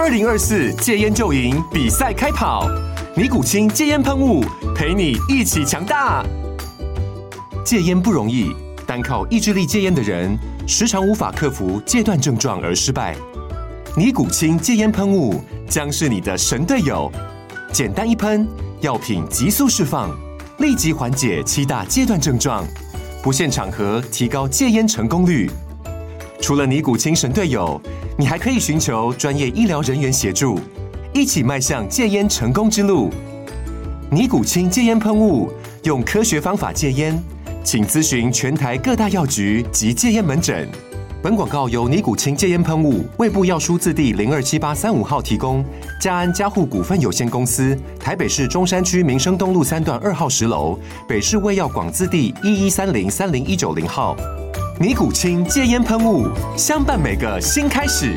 2024戒烟就赢比赛开跑，尼古清戒烟喷雾陪你一起强大。戒烟不容易，单靠意志力戒烟的人，时常无法克服戒断症状而失败。尼古清戒烟喷雾将是你的神队友，简单一喷，药品急速释放，立即缓解7大戒断症状，不限场合提高戒烟成功率。除了尼古清神队友，你还可以寻求专业医疗人员协助，一起迈向戒烟成功之路。尼古清戒烟喷雾，用科学方法戒烟，请咨询全台各大药局及戒烟门诊。本广告由尼古清戒烟喷雾、卫部药书字第027835号提供，嘉安嘉护股份有限公司，台北市中山区民生东路3段2号10楼，北市卫药广字第1130-30190号。尼古清戒烟喷雾，相伴每个新开始。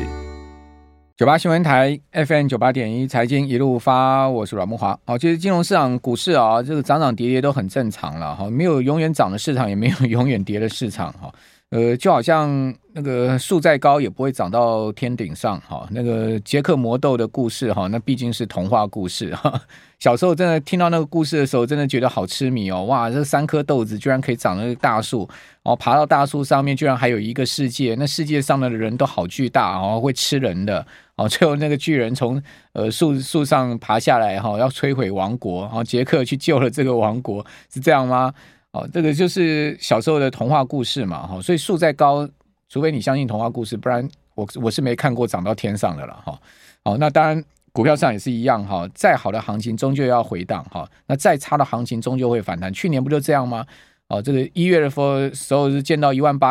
98新闻台 FM 98.1财经一路发，我是阮慕骅。其实金融市场股市啊，这个涨涨跌跌都很正常了，没有永远涨的市场，也没有永远跌的市场。就好像那个树再高也不会长到天顶上，那个杰克魔豆的故事，那毕竟是童话故事。小时候真的听到那个故事的时候，真的觉得好痴迷哦！哇，这3颗豆子居然可以长那个大树，爬到大树上面，居然还有一个世界，那世界上的人都好巨大，会吃人的。最后那个巨人从树上爬下来，要摧毁王国，杰克去救了这个王国，是这样吗？这个就是小时候的童话故事嘛，所以树再高，除非你相信童话故事，不然我是没看过长到天上的了。那当然股票上也是一样，再好的行情终究要回档，那再差的行情终究会反弹。去年不就这样吗？这个1月的时候是见到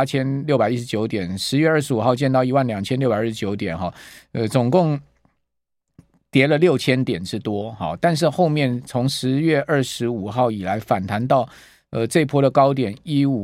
18619点，10月25号见到12629点，总共跌了6000点之多，但是后面从10月25号以来反弹到这一波的高点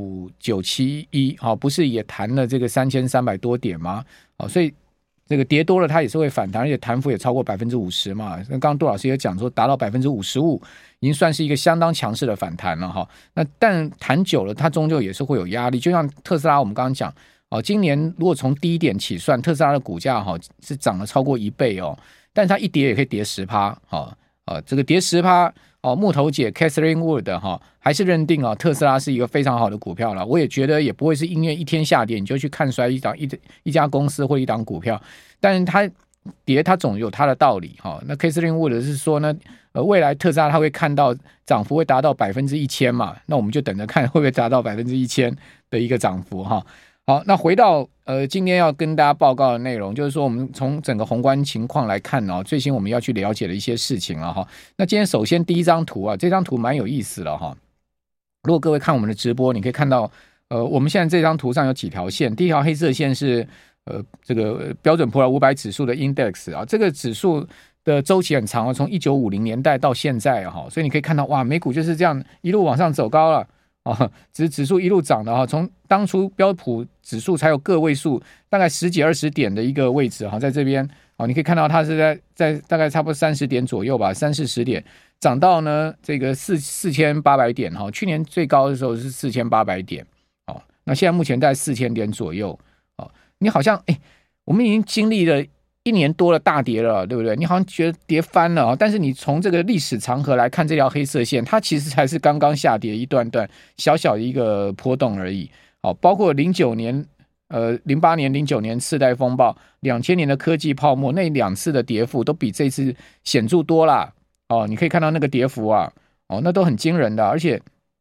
15971，不是也弹了这个3300多点吗？所以这个跌多了它也是会反弹，而且弹幅也超过 50% 嘛。刚刚杜老师也讲说达到 55%， 已经算是一个相当强势的反弹了。那但弹久了它终究也是会有压力，就像特斯拉我们刚刚讲，今年如果从低点起算，特斯拉的股价是涨了超过1倍，但是它一跌也可以跌 10%， 这个跌 10%，木头姐 Catherine Wood 还是认定特斯拉是一个非常好的股票了。我也觉得也不会是因为一天下跌你就去看衰一家公司或一档股票，但是它跌它总有它的道理。那 Catherine Wood 是说呢，未来特斯拉它会看到涨幅会达到 1000% 嘛，那我们就等着看会不会达到 1000% 的一个涨幅。好，那回到今天要跟大家报告的内容，就是说我们从整个宏观情况来看最新我们要去了解的一些事情了。那今天首先第一张图啊，这张图蛮有意思的哈。如果各位看我们的直播，你可以看到我们现在这张图上有几条线，第一条黑色线是这个标准普尔500指数的 index 啊，这个指数的周期很长，从1950年代到现在所以你可以看到哇，美股就是这样一路往上走高了。只是指数一路涨的从当初标普指数才有个位数，大概10几20点的一个位置在这边你可以看到它是在大概差不多30点左右吧，30-40点涨到呢这个4800点去年最高的时候是4800点那现在目前在4000点左右你好像我们已经经历了1年多的大跌了，对不对？你好像觉得跌翻了，但是你从这个历史长河来看，这条黑色线它其实才是刚刚下跌一段段小小的一个波动而已。包括08年、09年次贷风暴，2000年的科技泡沫，那2次的跌幅都比这次显著多啦。你可以看到那个跌幅啊，那都很惊人的，而且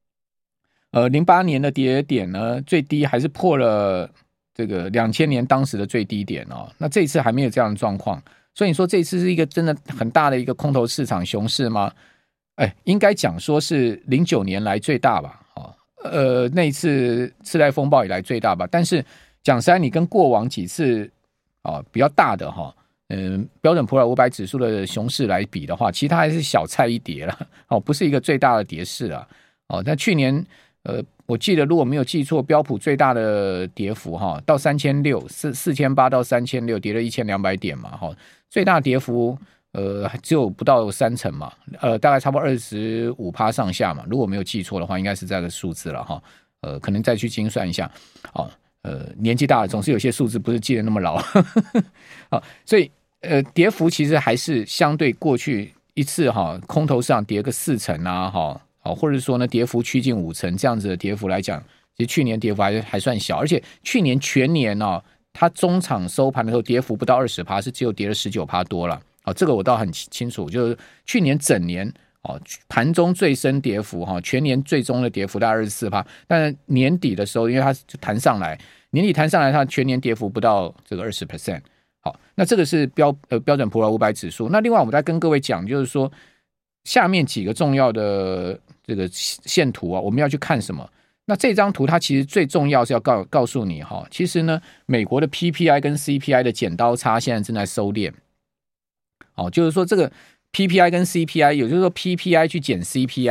08年的跌点呢，最低还是破了这个2000年当时的最低点那这一次还没有这样的状况，所以你说这一次是一个真的很大的一个空头市场熊市吗？应该讲说是09年来最大吧，那一次次贷风暴以来最大吧。但是讲实在，你跟过往几次比较大的标准普尔500指数的熊市来比的话，其实它还是小菜一碟了不是一个最大的跌势了但去年我记得如果没有记错，标普最大的跌幅到4600，4800到3600，跌了1200点嘛最大跌幅只有不到30%嘛，大概差不多25%上下嘛，如果没有记错的话，应该是这个数字了可能再去精算一下年纪大了总是有些数字不是记得那么牢所以跌幅其实还是相对过去一次空头市场跌个4%啊或者说呢跌幅趋近5%这样子的跌幅来讲，其实去年跌幅还算小，而且去年全年它中场收盘的时候跌幅不到 20%， 是只有跌了 19% 多了。这个我倒很清楚，就是去年整年盘中最深跌幅全年最终的跌幅大概 24%， 但是年底的时候因为它就弹上来，年底弹上来它全年跌幅不到这个 20%。 好，那这个是标准普尔500指数。那另外我们再跟各位讲，就是说下面几个重要的这个线图我们要去看什么。那这张图它其实最重要是要告诉你其实呢美国的 PPI 跟 CPI 的剪刀差现在正在收敛。就是说这个 PPI 跟 CPI， 也就是说 PPI 去减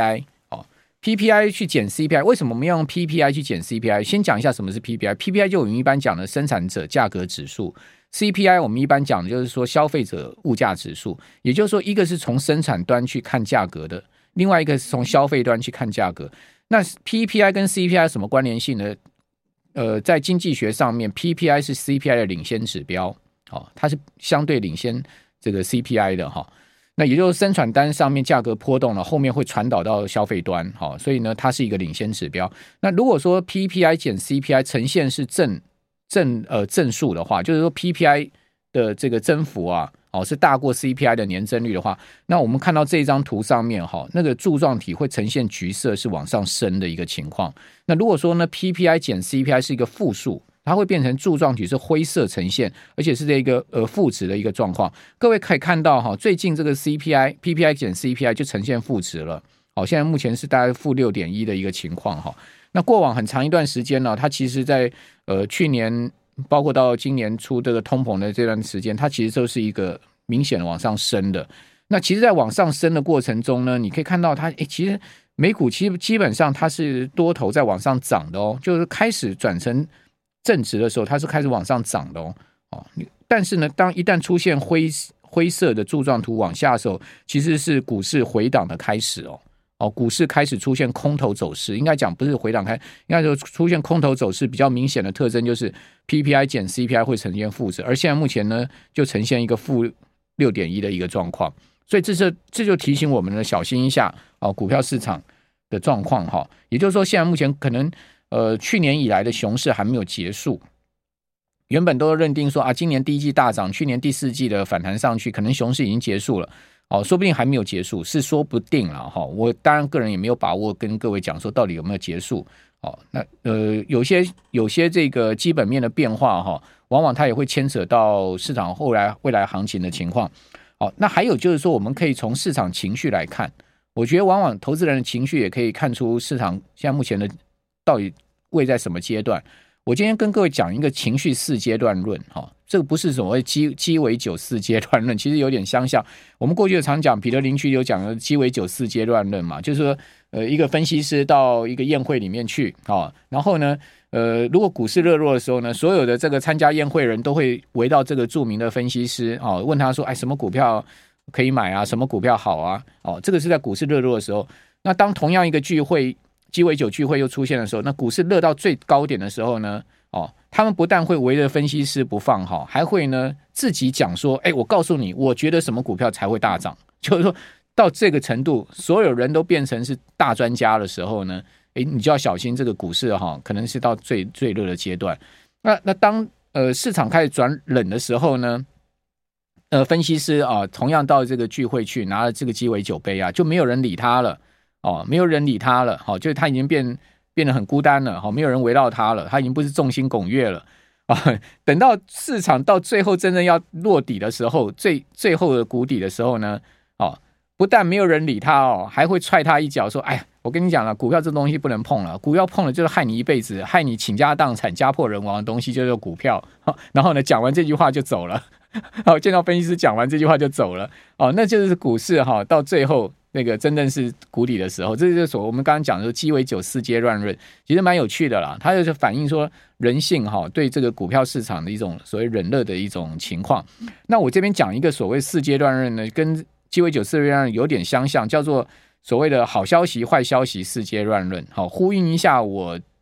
CPI，PPI 去减 CPI， 为什么我们要用 PPI 去减 CPI？ 先讲一下什么是 PPI。PPI 就我们一般讲的生产者价格指数， CPI 我们一般讲的就是说消费者物价指数，也就是说一个是从生产端去看价格的，另外一个是从消费端去看价格。那 PPI 跟 CPI 有什么关联性呢？在经济学上面 PPI 是 CPI 的领先指标，它是相对领先这个 CPI 的那也就是生产单上面价格波动了，后面会传导到消费端，所以呢它是一个领先指标。那如果说 PPI 减 CPI 呈现是正数的话，就是说 PPI 的这个增幅是大过 CPI 的年增率的话，那我们看到这张图上面那个柱状体会呈现橘色，是往上升的一个情况。那如果说呢 PPI 减 CPI 是一个负数，它会变成柱状体是灰色呈现，而且是这个负值的一个状况。各位可以看到最近这个 PPI 减 CPI 就呈现负值了。现在目前是大概负 6.1 的一个情况。那过往很长一段时间呢，它其实在去年包括到今年初这个通膨的这段时间，它其实都是一个明显的往上升的。那其实在往上升的过程中呢，你可以看到它其实美股其实基本上它是多头在往上涨的就是开始转成正值的时候，它是开始往上涨的但是呢，当一旦出现灰色的柱状图往下的时候，其实是股市回档的开始股市开始出现空头走势，应该讲不是回档应该说出现空头走势比较明显的特征就是 PPI 减 CPI 会呈现负值，而现在目前呢就呈现一个负 6.1 的一个状况，所以这就提醒我们呢小心一下股票市场的状况也就是说现在目前可能去年以来的熊市还没有结束，原本都认定说今年第一季大涨，去年第四季的反弹上去，可能熊市已经结束了说不定还没有结束，是说不定了我当然个人也没有把握跟各位讲说到底有没有结束那有些这个基本面的变化往往它也会牵扯到市场未来行情的情况那还有就是说我们可以从市场情绪来看，我觉得往往投资人的情绪也可以看出市场现在目前的到底位在什么阶段。我今天跟各位讲一个情绪4阶段论这个不是所谓鸡尾酒4阶段论，其实有点相像我们过去常讲彼得林区有讲的鸡尾酒4阶段论嘛，就是说一个分析师到一个宴会里面去然后呢如果股市热络的时候呢，所有的这个参加宴会人都会围到这个著名的分析师问他说什么股票可以买什么股票好这个是在股市热络的时候。那当同样一个聚会鸡尾酒聚会又出现的时候，那股市热到最高点的时候呢他们不但会围着分析师不放还会呢自己讲说我告诉你我觉得什么股票才会大涨，就是说到这个程度所有人都变成是大专家的时候呢你就要小心这个股市可能是到最热的阶段。那当市场开始转冷的时候呢分析师同样到这个聚会去拿了这个鸡尾酒杯就没有人理他了没有人理他了就是他已经变得很孤单了没有人围绕他了，他已经不是众星拱月了等到市场到最后真正要落底的时候，最后的谷底的时候呢不但没有人理他还会踹他一脚说我跟你讲了，股票这东西不能碰了，股票碰了就是害你一辈子，害你倾家荡产家破人亡的东西就是股票然后呢讲完这句话就走了见到分析师讲完这句话就走了那就是股市到最后那个真正是谷底的时候，这就是我们刚刚讲的鸡尾酒4阶段论，其实蛮有趣的啦。它就是反映说人性对这个股票市场的一种所谓冷热的一种情况。那我这边讲一个所谓4阶段论呢，跟鸡尾酒4阶段论有点相像，叫做所谓的好消息坏消息4阶段论呼应一下我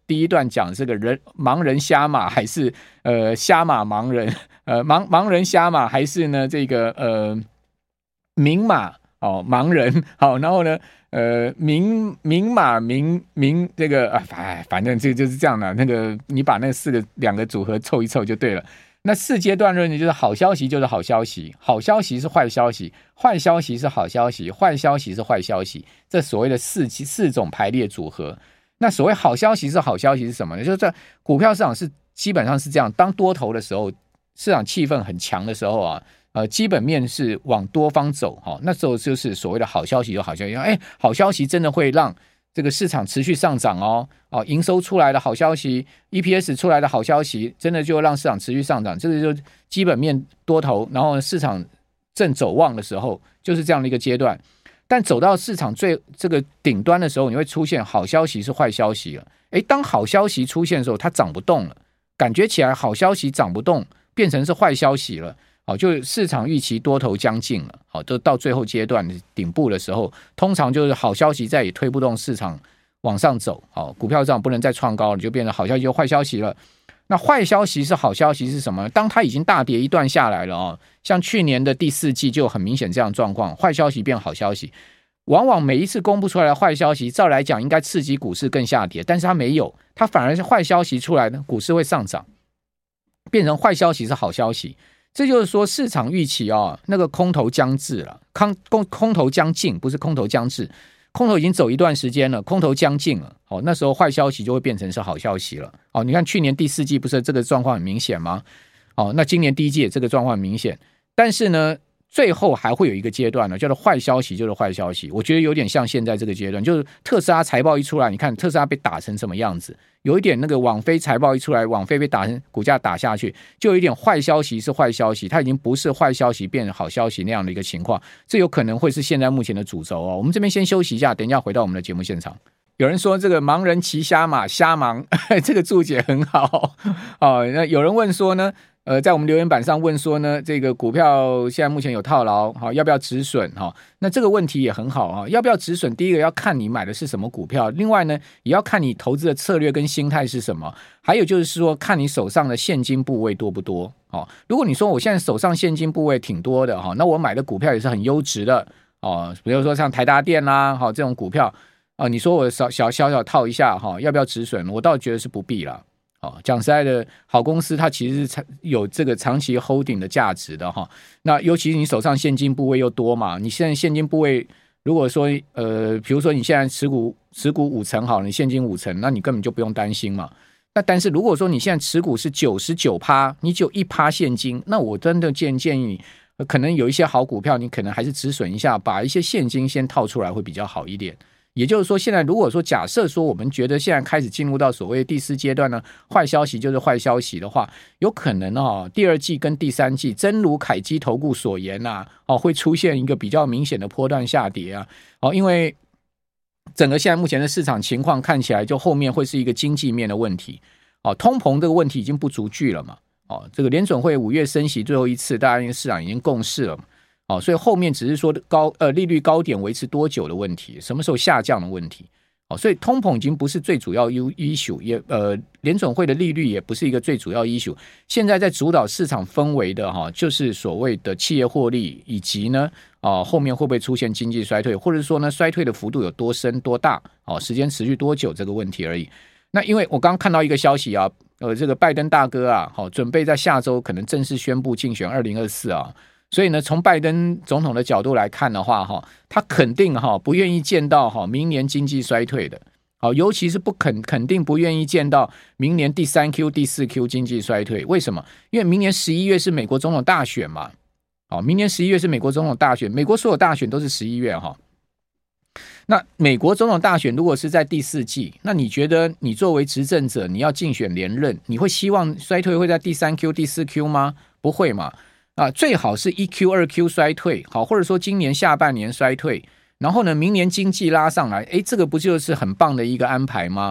第一段讲这个盲人瞎马还是瞎马盲人盲人瞎马还是呢这个明马盲人好，然后呢明马明这个反正这就是这样的，那个你把那两个组合凑一凑就对了。那4阶段论呢，就是好消息就是好消息，好消息是坏消息，坏消息是好消息，坏消息是坏消息，这所谓的四种排列组合。那所谓好消息是好消息是什么呢？就是在股票市场是基本上是这样，当多头的时候，市场气氛很强的时候啊，基本面是往多方走，那时候就是所谓的好消息有好消息，好消息真的会让这个市场持续上涨营收出来的好消息 EPS 出来的好消息真的就让市场持续上涨，这个就基本面多头，然后市场正走旺的时候就是这样的一个阶段。但走到市场这个顶端的时候，你会出现好消息是坏消息了。当好消息出现的时候它涨不动了，感觉起来好消息涨不动变成是坏消息了，就市场预期多头将近了，就到最后阶段顶部的时候，通常就是好消息再也推不动市场往上走，股票上不能再创高了，就变成好消息就坏消息了。那坏消息是好消息是什么？当它已经大跌一段下来了像去年的第4季就很明显这样的状况，坏消息变好消息，往往每一次公布出来的坏消息，照来讲应该刺激股市更下跌，但是它没有，它反而是坏消息出来的股市会上涨，变成坏消息是好消息。这就是说市场预期那个空头将至了，空头将近，不是空头将至，空头已经走一段时间了，空头将近了，那时候坏消息就会变成是好消息了。你看去年第4季不是这个状况很明显吗？那今年第1季也这个状况很明显，但是呢最后还会有一个阶段呢，叫做坏消息就是坏消息。我觉得有点像现在这个阶段，就是特斯拉财报一出来，你看特斯拉被打成什么样子，有一点那个网飞财报一出来，网飞被打成股价打下去，就有一点坏消息是坏消息，它已经不是坏消息变成好消息那样的一个情况，这有可能会是现在目前的主轴我们这边先休息一下，等一下回到我们的节目现场。有人说这个盲人骑瞎马，瞎盲这个注解很好那有人问说呢在我们留言板上问说呢，这个股票现在目前有套牢，要不要止损那这个问题也很好要不要止损？第一个要看你买的是什么股票，另外呢也要看你投资的策略跟心态是什么，还有就是说看你手上的现金部位多不多如果你说我现在手上现金部位挺多的那我买的股票也是很优质的比如说像台达电啦这种股票你说我小套一下要不要止损？我倒觉得是不必啦。讲实在的，好公司它其实是有这个长期 holding 的价值的那尤其是你手上现金部位又多嘛，你现在现金部位如果说比如说你现在持股5成好了，你现金5成，那你根本就不用担心嘛。那但是如果说你现在持股是 99%， 你只有 1% 现金，那我真的建议你可能有一些好股票你可能还是止损一下，把一些现金先套出来会比较好一点。也就是说现在如果说假设说我们觉得现在开始进入到所谓第4阶段呢，坏消息就是坏消息的话，有可能第2季跟第3季真如凯基投顾所言会出现一个比较明显的波段下跌因为整个现在目前的市场情况看起来就后面会是一个经济面的问题通膨这个问题已经不足惧了嘛这个联准会5月升息最后一次，大家市场已经共识了嘛所以后面只是说利率高点维持多久的问题，什么时候下降的问题所以通膨已经不是最主要 issue， 也联准会的利率也不是一个最主要 issue。现在在主导市场氛围的就是所谓的企业获利，以及呢后面会不会出现经济衰退，或者说呢衰退的幅度有多深多大时间持续多久这个问题而已。那因为我刚刚看到一个消息这个拜登大哥准备在下周可能正式宣布竞选2024所以呢，从拜登总统的角度来看的话他肯定不愿意见到明年经济衰退的尤其是肯定不愿意见到明年第3Q、第4Q 经济衰退。为什么？因为明年11月是美国总统大选嘛明年11月是美国总统大选，美国所有大选都是11月那美国总统大选如果是在第4季，那你觉得你作为执政者你要竞选连任，你会希望衰退会在第3Q、第4Q 吗？不会嘛最好是1Q、2Q 衰退或者说今年下半年衰退，然后呢明年经济拉上来这个不就是很棒的一个安排吗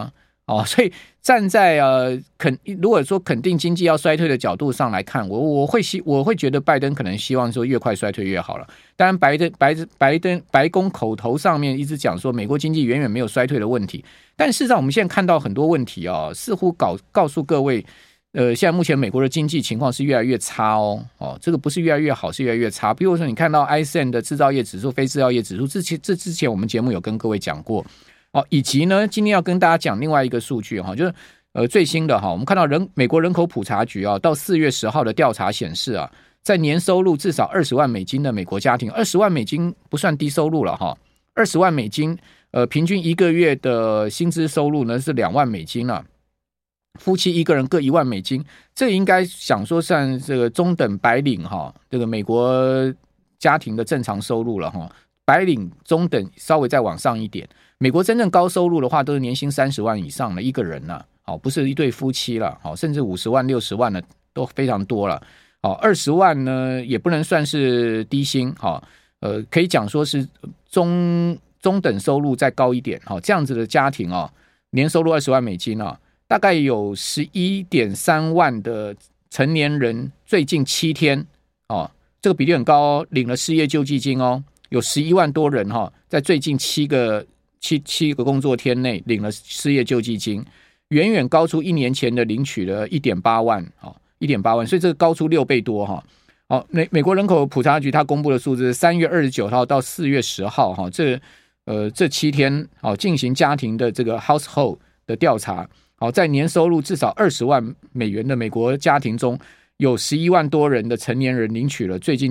所以站在如果说肯定经济要衰退的角度上来看，我会觉得拜登可能希望说越快衰退越好了。当然白宫口头上面一直讲说美国经济远远没有衰退的问题，但事实上我们现在看到很多问题似乎告诉各位，现在目前美国的经济情况是越来越差这个不是越来越好，是越来越差。比如说你看到 ISM 的制造业指数、非制造业指数，这之前我们节目有跟各位讲过。以及呢，今天要跟大家讲另外一个数据就是最新的我们看到美国人口普查局到4月10号的调查显示在年收入至少$20万的美国家庭，$20万不算低收入了$20万平均一个月的薪资收入呢是$2万了，夫妻一个人各$1万，这应该想说算这个中等白领这个美国家庭的正常收入了白领中等稍微再往上一点。美国真正高收入的话，都是年薪30万以上的一个人不是一对夫妻了甚至50万、60万的都非常多了20万呢，也不能算是低薪可以讲说是中等收入再高一点这样子的家庭年收入$20万大概有11.3万的成年人最近7天这个比例很高领了失业救济金有11万多人在最近7个工作天内领了失业救济金，远远高出1年前的领取了1.8万1.8万，所以这个高出6倍多美国人口普查局它公布的数字，3月29号到4月10号这7天进行家庭的这个 household 的调查在年收入至少$20万的美国家庭中，有11万多人的成年人领取了最近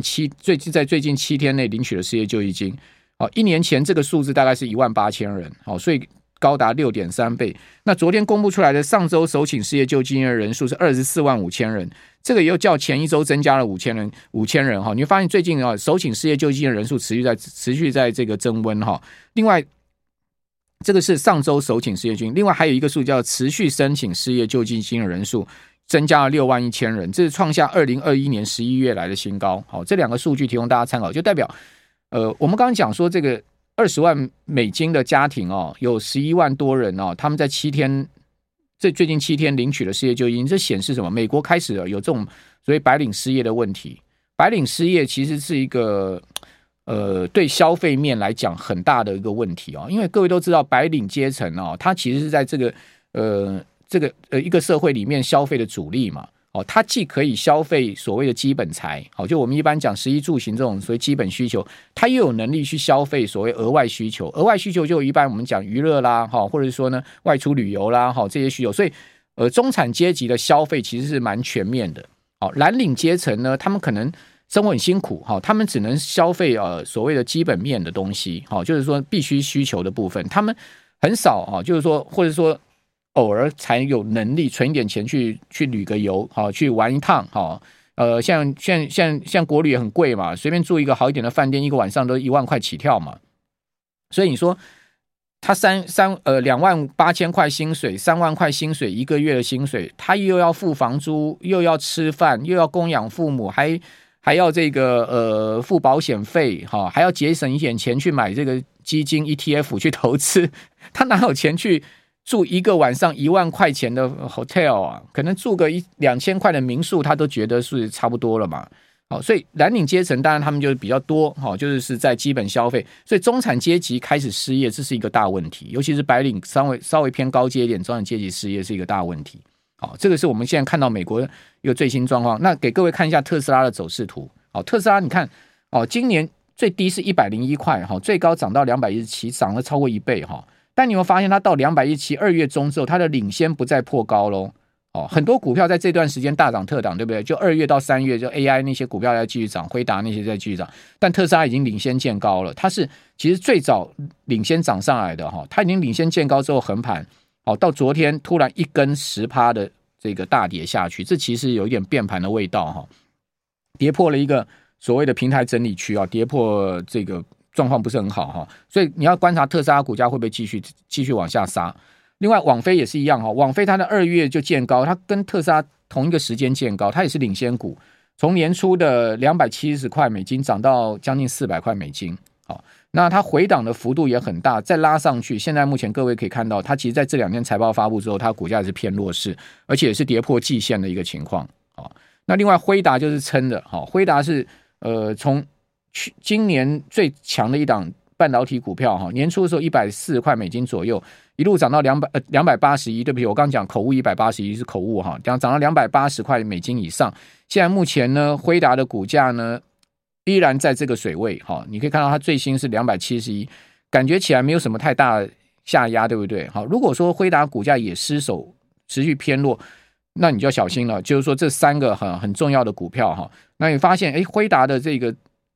7天内领取了失业救济金1年前这个数字大概是18000人所以高达6.3倍。那昨天公布出来的上周首请失业救济金的人数是24万5千人，这个又较前一周增加了5000人你会发现最近首请失业救济金的人数持续在这个增温另外这个是上周首请失业救济金，另外还有一个数叫持续申请失业救济金的人数增加了6万1千人，这是创下2021年11月来的新高这两个数据提供大家参考，就代表我们刚刚讲说这个$20万的家庭有11万多人他们在最近7天领取了失业救济金，这显示什么？美国开始有这种所谓白领失业的问题。白领失业其实是一个对消费面来讲很大的一个问题因为各位都知道白领阶层它其实是在这个一个社会里面消费的主力嘛它既可以消费所谓的基本财就我们一般讲食衣住行这种所谓基本需求，它又有能力去消费所谓额外需求就一般我们讲娱乐啦或者说呢外出旅游啦这些需求，所以中产阶级的消费其实是蛮全面的蓝领阶层呢，他们可能生活很辛苦他们只能消费所谓的基本面的东西就是说必须需求的部分，他们很少就是说或者说偶尔才有能力存一点钱去旅个游去玩一趟像国旅也很贵嘛，随便住一个好一点的饭店一个晚上都1万块起跳嘛，所以你说他2万8千块薪水，3万块薪水一个月的薪水，他又要付房租，又要吃饭，又要供养父母，还要这个付保险费还要节省一点钱去买这个基金 ETF 去投资，他哪有钱去住一个晚上1万块钱的 hotel 可能住个2000块的民宿他都觉得是差不多了嘛所以蓝领阶层当然他们就比较多就是在基本消费，所以中产阶级开始失业，这是一个大问题，尤其是白领稍微偏高阶一点，中产阶级失业是一个大问题这个是我们现在看到美国一个最新状况。那给各位看一下特斯拉的走势图特斯拉你看今年最低是101块最高涨到217，涨了超过1倍但你有没有发现它到217 2月中之后它的领先不再破高咯很多股票在这段时间大涨特涨，对不对？就2月到3月就 AI 那些股票在继续涨，辉达那些在继续涨，但特斯拉已经领先见高了，它是其实最早领先涨上来的它已经领先见高之后横盘到昨天突然一根10%的这个大跌下去，这其实有一点变盘的味道跌破了一个所谓的平台整理区跌破这个状况不是很好所以你要观察特斯拉股价会不会继续往下杀。另外网飞也是一样网飞它的2月就见高，它跟特斯拉同一个时间见高，它也是领先股，从年初的$270涨到将近$400 那它回档的幅度也很大，再拉上去，现在目前各位可以看到，它其实在这2天财报发布之后，它股价也是偏弱势，而且也是跌破季线的一个情况。那另外辉达就是撑的，辉达是从今年最强的一档半导体股票，年初的时候140块美金左右，一路涨到281，对不起，我刚讲口误，181是口误哈，涨到280块美金以上。现在目前呢，辉达的股价呢依然在这个水位，你可以看到它最新是271，感觉起来没有什么太大下压，对不对？如果说辉达股价也失守，持续偏弱，那你就要小心了。就是说这3个很重要的股票，那你发现辉达的这个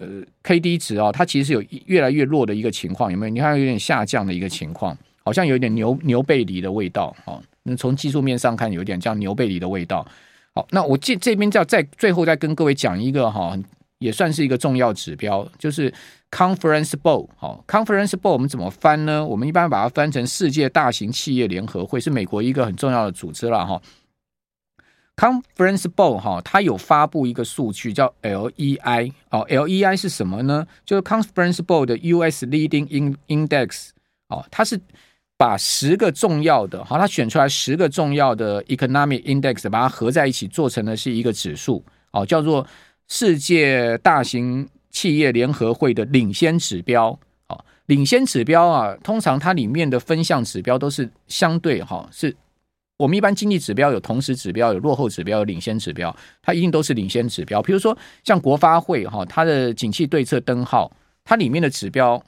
KD 值它其实有越来越弱的一个情况，有没有？你看有点下降的一个情况，好像有一点牛背离的味道，那从技术面上看有点像牛背离的味道。好，那我这边在最后再跟各位讲一个也算是一个重要指标，就是 Conference Board。Conference Board 我们怎么翻呢？我们一般把它翻成世界大型企业联合会，是美国一个很重要的组织啦。Conference Board 它有发布一个数据叫 LEI。LEI 是什么呢？就是 Conference Board 的 US Leading Index。它是把10个重要的，它选出来10个重要的 Economic Index， 把它合在一起做成的是一个指数，叫做世界大型企业联合会的领先指标。领先指标通常它里面的分项指标都是相对是我们一般经济指标有同时指标、有落后指标、有领先指标，它一定都是领先指标。比如说像国发会它的景气对策灯号，它里面的指标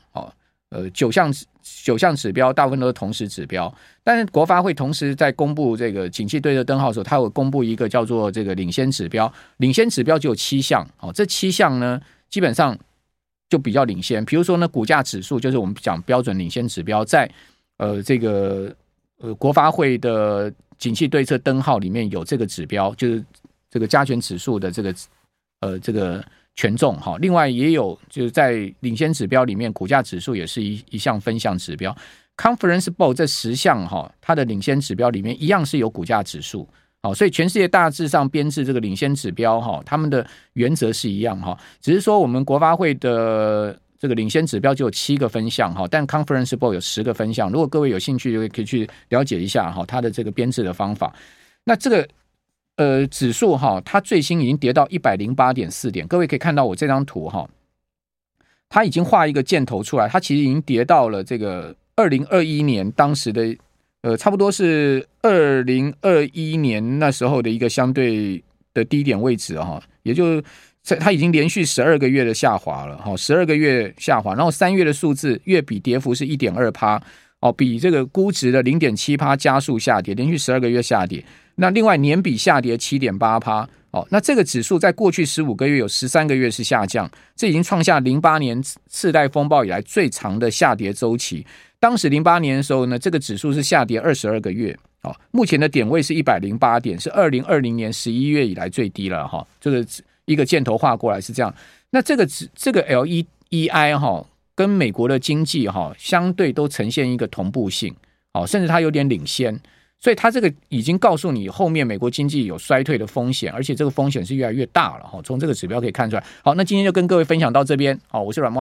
9项指标大部分都是同时指标，但是国发会同时在公布这个景气对策灯号的时候，它有公布一个叫做这个领先指标，领先指标就有7项，这7项呢基本上就比较领先。比如说呢，股价指数就是我们讲标准领先指标，在这个国发会的景气对策灯号里面有这个指标，就是这个加权指数的这个权重。另外也有就是在领先指标里面，股价指数也是一项分项指标。Conference Board 这10项它的领先指标里面一样是有股价指数。所以全世界大致上编制这个领先指标他们的原则是一样只是说我们国发会的这个领先指标就有7个分项但 Conference Board 有10个分项。如果各位有兴趣，可以去了解一下它的这个编制的方法。那这个指数它最新已经跌到 108.4 点，各位可以看到我这张图它已经画一个箭头出来，它其实已经跌到了这个2021年当时的差不多是2021年那时候的一个相对的低点位置也就它已经连续12个月的下滑了，12个月下滑，然后3月的数字月比跌幅是 1.2%，比这个估值的 0.7% 加速下跌，连续12个月下跌。那另外年比下跌 7.8%，那这个指数在过去15个月有13个月是下降，这已经创下08年次贷风暴以来最长的下跌周期。当时08年的时候呢，这个指数是下跌22个月，目前的点位是108点，是2020年11月以来最低了这个一个箭头画过来是这样。那这个 LEI 跟美国的经济相对都呈现一个同步性，甚至它有点领先。所以它这个已经告诉你后面美国经济有衰退的风险，而且这个风险是越来越大了，从这个指标可以看出来。好，那今天就跟各位分享到这边，我是阮梦。